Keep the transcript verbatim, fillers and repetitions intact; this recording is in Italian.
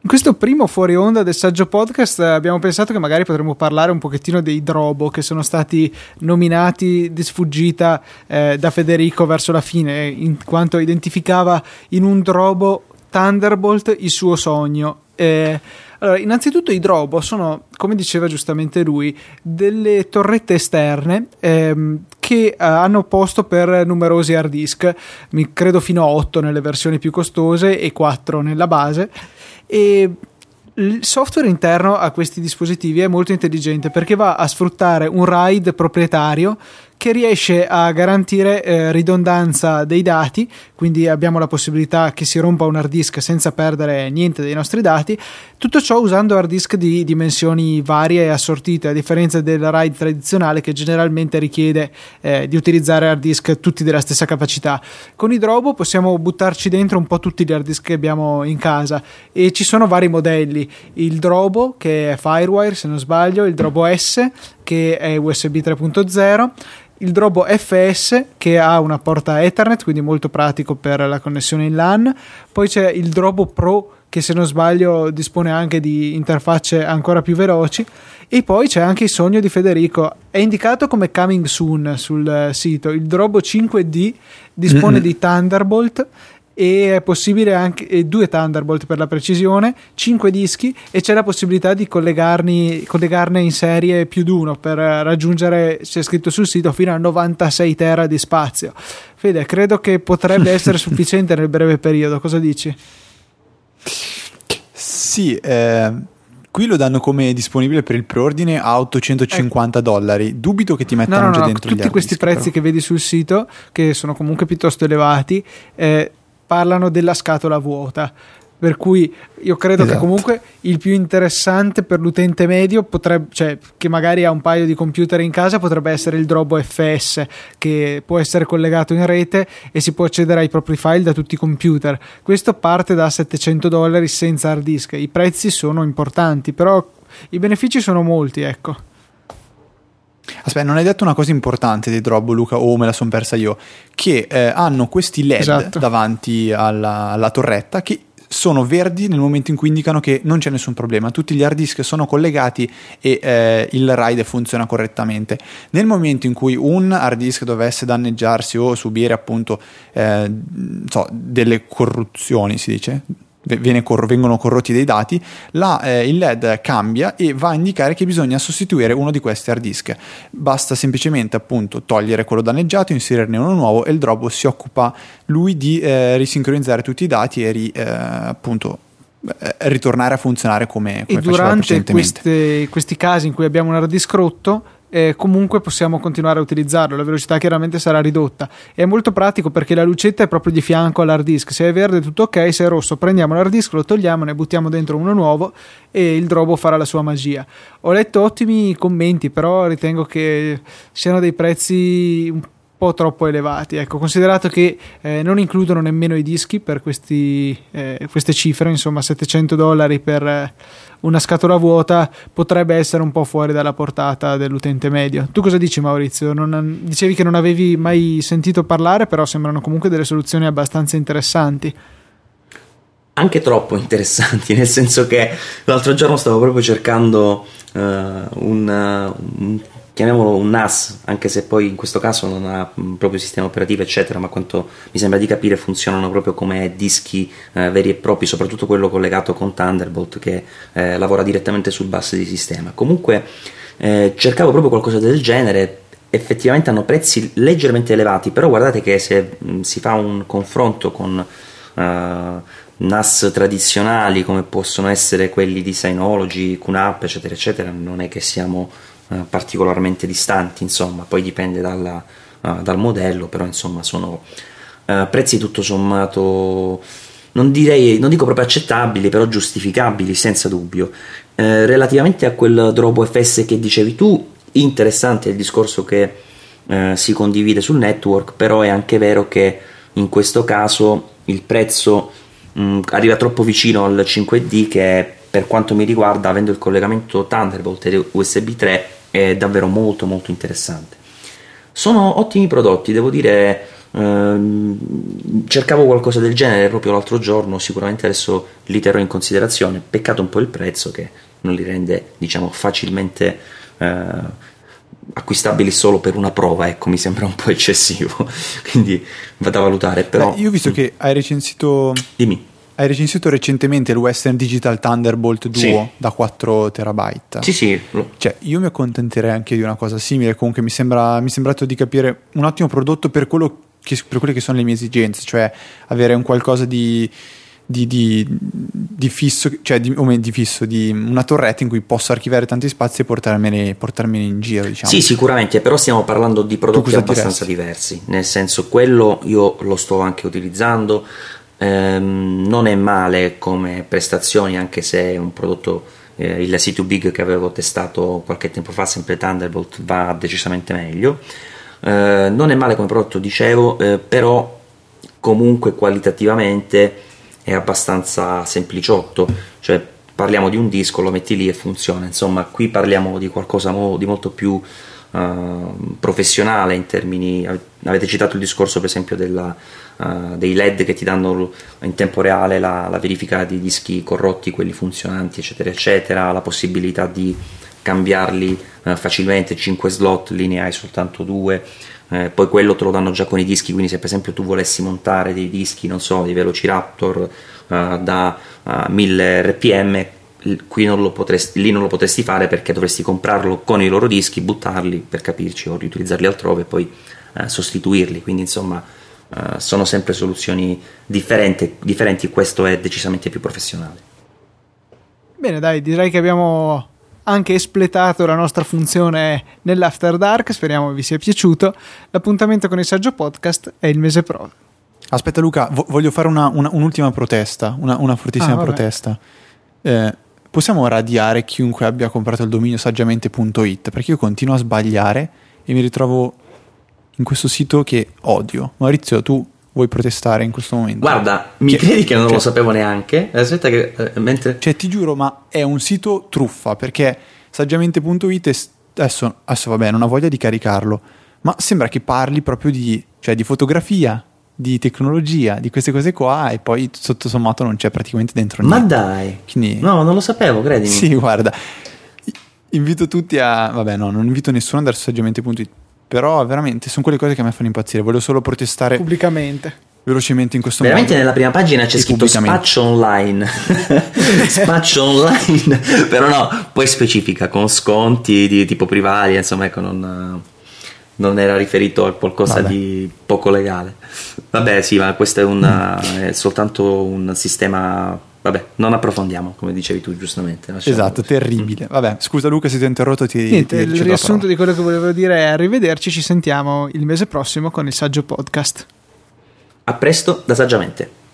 In questo primo fuori onda del Saggio Podcast abbiamo pensato che magari potremmo parlare un pochettino dei Drobo che sono stati nominati di sfuggita eh, da Federico verso la fine, in quanto identificava in un Drobo Thunderbolt il suo sogno. Eh, allora, innanzitutto i Drobo sono, come diceva giustamente lui, delle torrette esterne ehm, che eh, hanno posto per numerosi hard disk, mi credo fino a otto nelle versioni più costose e quattro nella base. E il software interno a questi dispositivi è molto intelligente perché va a sfruttare un RAID proprietario che riesce a garantire eh, ridondanza dei dati, quindi abbiamo la possibilità che si rompa un hard disk senza perdere niente dei nostri dati, tutto ciò usando hard disk di dimensioni varie e assortite, a differenza del RAID tradizionale che generalmente richiede eh, di utilizzare hard disk tutti della stessa capacità. Con i Drobo possiamo buttarci dentro un po' tutti gli hard disk che abbiamo in casa e ci sono vari modelli: il Drobo che è Firewire se non sbaglio, il Drobo S che è U S B tre punto zero, il Drobo F S che ha una porta Ethernet, quindi molto pratico per la connessione in LAN. Poi c'è il Drobo Pro che se non sbaglio dispone anche di interfacce ancora più veloci, e poi c'è anche il sogno di Federico, è indicato come coming soon sul sito, il Drobo cinque D dispone mm-hmm. di Thunderbolt e è possibile anche e due Thunderbolt per la precisione, cinque dischi, e c'è la possibilità di collegarni, collegarne in serie più di uno per raggiungere, c'è scritto sul sito, fino a novantasei tera di spazio. Fede, credo che potrebbe essere sufficiente nel breve periodo, cosa dici? Sì, eh, qui lo danno come disponibile per il preordine a ottocentocinquanta ecco. dollari. Dubito che ti mettano no, no, già no, dentro tutti gli questi dischi, prezzi però. che vedi sul sito, che sono comunque piuttosto elevati, eh, parlano della scatola vuota, per cui io credo esatto. che comunque il più interessante per l'utente medio potrebbe, cioè che magari ha un paio di computer in casa, potrebbe essere il Drobo F S, che può essere collegato in rete e si può accedere ai propri file da tutti i computer. Questo parte da settecento dollari senza hard disk. I prezzi sono importanti, però i benefici sono molti, ecco. Aspetta, non hai detto una cosa importante dei Drobo, Luca, o me la son persa io, che eh, hanno questi L E D esatto. davanti alla, alla torretta che sono verdi nel momento in cui indicano che non c'è nessun problema, tutti gli hard disk sono collegati e eh, il RAID funziona correttamente. Nel momento in cui un hard disk dovesse danneggiarsi o subire appunto eh, so, delle corruzioni, si dice, Viene cor- vengono corrotti dei dati, la, eh, il L E D cambia e va a indicare che bisogna sostituire uno di questi hard disk. Basta semplicemente appunto togliere quello danneggiato, inserirne uno nuovo e il Drobo si occupa lui di eh, risincronizzare tutti i dati e ri, eh, appunto eh, ritornare a funzionare come, come e faceva durante precedentemente. Queste, questi casi in cui abbiamo un hard disk rotto, Eh, comunque possiamo continuare a utilizzarlo, la velocità chiaramente sarà ridotta. È molto pratico perché la lucetta è proprio di fianco all'hard disk, se è verde tutto ok, se è rosso prendiamo l'hard disk, lo togliamo, ne buttiamo dentro uno nuovo e il Drobo farà la sua magia. Ho letto ottimi commenti, però ritengo che siano dei prezzi un po' troppo elevati, ecco, considerato che eh, non includono nemmeno i dischi per questi, eh, queste cifre, insomma settecento dollari per eh, una scatola vuota potrebbe essere un po' fuori dalla portata dell'utente medio. Tu cosa dici, Maurizio? Non, dicevi che non avevi mai sentito parlare, però sembrano comunque delle soluzioni abbastanza interessanti. Anche troppo interessanti, nel senso che l'altro giorno stavo proprio cercando uh, un, uh, un chiamiamolo un N A S, anche se poi in questo caso non ha proprio sistema operativo eccetera, ma quanto mi sembra di capire funzionano proprio come dischi eh, veri e propri, soprattutto quello collegato con Thunderbolt che eh, lavora direttamente sul bus di sistema. Comunque eh, cercavo proprio qualcosa del genere, effettivamente hanno prezzi leggermente elevati, però guardate che se mh, si fa un confronto con uh, N A S tradizionali come possono essere quelli di Synology, QNAP eccetera eccetera, non è che siamo Uh, particolarmente distanti, insomma, poi dipende dalla, uh, dal modello, però insomma sono uh, prezzi tutto sommato non direi, non dico proprio accettabili, però giustificabili senza dubbio. Uh, relativamente a quel Drobo F S che dicevi tu, interessante il discorso che uh, si condivide sul network, però è anche vero che in questo caso il prezzo mh, arriva troppo vicino al cinque D, che per quanto mi riguarda, avendo il collegamento Thunderbolt e U S B tre, è davvero molto molto interessante. Sono ottimi prodotti, devo dire, ehm, cercavo qualcosa del genere proprio l'altro giorno, sicuramente adesso li terrò in considerazione. Peccato un po' il prezzo che non li rende, diciamo, facilmente eh, acquistabili solo per una prova, ecco, mi sembra un po' eccessivo, quindi vado a valutare. Però Beh, io ho visto che hai recensito dimmi hai recensito recentemente il Western Digital Thunderbolt Duo, sì, da quattro terabyte. sì sì Cioè, io mi accontenterei anche di una cosa simile. Comunque mi sembra mi è sembrato di capire un ottimo prodotto per quello che, per quelle che sono le mie esigenze, cioè avere un qualcosa di Di, di, di fisso, cioè di, o meglio, di fisso, di una torretta in cui posso archiviare tanti spazi e portarmene, portarmene in giro, diciamo. Sì, sicuramente, però stiamo parlando di prodotti abbastanza diresti? diversi, nel senso, quello io lo sto anche utilizzando, ehm, non è male come prestazioni, anche se è un prodotto, eh, il C due Big che avevo testato qualche tempo fa, sempre Thunderbolt, va decisamente meglio, eh, non è male come prodotto, dicevo, eh, però comunque qualitativamente è abbastanza sempliciotto, cioè parliamo di un disco, lo metti lì e funziona. Insomma, qui parliamo di qualcosa mo- di molto più uh, professionale in termini, avete citato il discorso per esempio della, uh, dei L E D che ti danno in tempo reale la, la verifica di dischi corrotti, quelli funzionanti, eccetera eccetera, la possibilità di cambiarli uh, facilmente, cinque slot, lì ne hai soltanto due. Eh, poi quello te lo danno già con i dischi, quindi se per esempio tu volessi montare dei dischi, non so, di Velociraptor uh, da uh, mille R P M, qui non lo potresti, lì non lo potresti fare perché dovresti comprarlo con i loro dischi, buttarli per capirci o riutilizzarli altrove e poi uh, sostituirli. Quindi insomma uh, sono sempre soluzioni differenti, differenti, questo è decisamente più professionale. Bene, dai, direi che abbiamo anche espletato la nostra funzione nell'After Dark, speriamo vi sia piaciuto. L'appuntamento con il Saggio Podcast è il mese pro. Aspetta Luca, vo- voglio fare una, una, un'ultima protesta, una, una fortissima ah, protesta. Eh, possiamo radiare chiunque abbia comprato il dominio saggiamente punto it, perché io continuo a sbagliare e mi ritrovo in questo sito che odio. Maurizio, tu vuoi protestare in questo momento? Guarda, mi che, credi che non cioè, lo sapevo neanche? Aspetta che eh, mentre... Cioè ti giuro, ma è un sito truffa, perché saggiamente punto it è, adesso, adesso vabbè, non ho voglia di caricarlo, ma sembra che parli proprio di, cioè, di fotografia, di tecnologia, di queste cose qua, e poi sotto sommato non c'è praticamente dentro niente. Ma dai! Quindi, no, non lo sapevo, credimi. Sì, guarda, invito tutti a... vabbè no, non invito nessuno ad andare su saggiamente punto it, però veramente sono quelle cose che a me fanno impazzire. Voglio solo protestare pubblicamente, velocemente in questo veramente modo. Nella prima pagina c'è scritto spaccio online spaccio online però no, poi specifica con sconti di tipo privati, insomma, ecco, non, non era riferito a qualcosa Vabbè. di poco legale. Vabbè, sì, ma questo è, una, è soltanto un sistema. Vabbè, non approfondiamo, come dicevi tu giustamente. Esatto, così. Terribile. Vabbè, scusa Luca se ti ho interrotto. Ti, Niente, ti il riassunto di quello che volevo dire è arrivederci, ci sentiamo il mese prossimo con il Saggio Podcast. A presto da Saggiamente.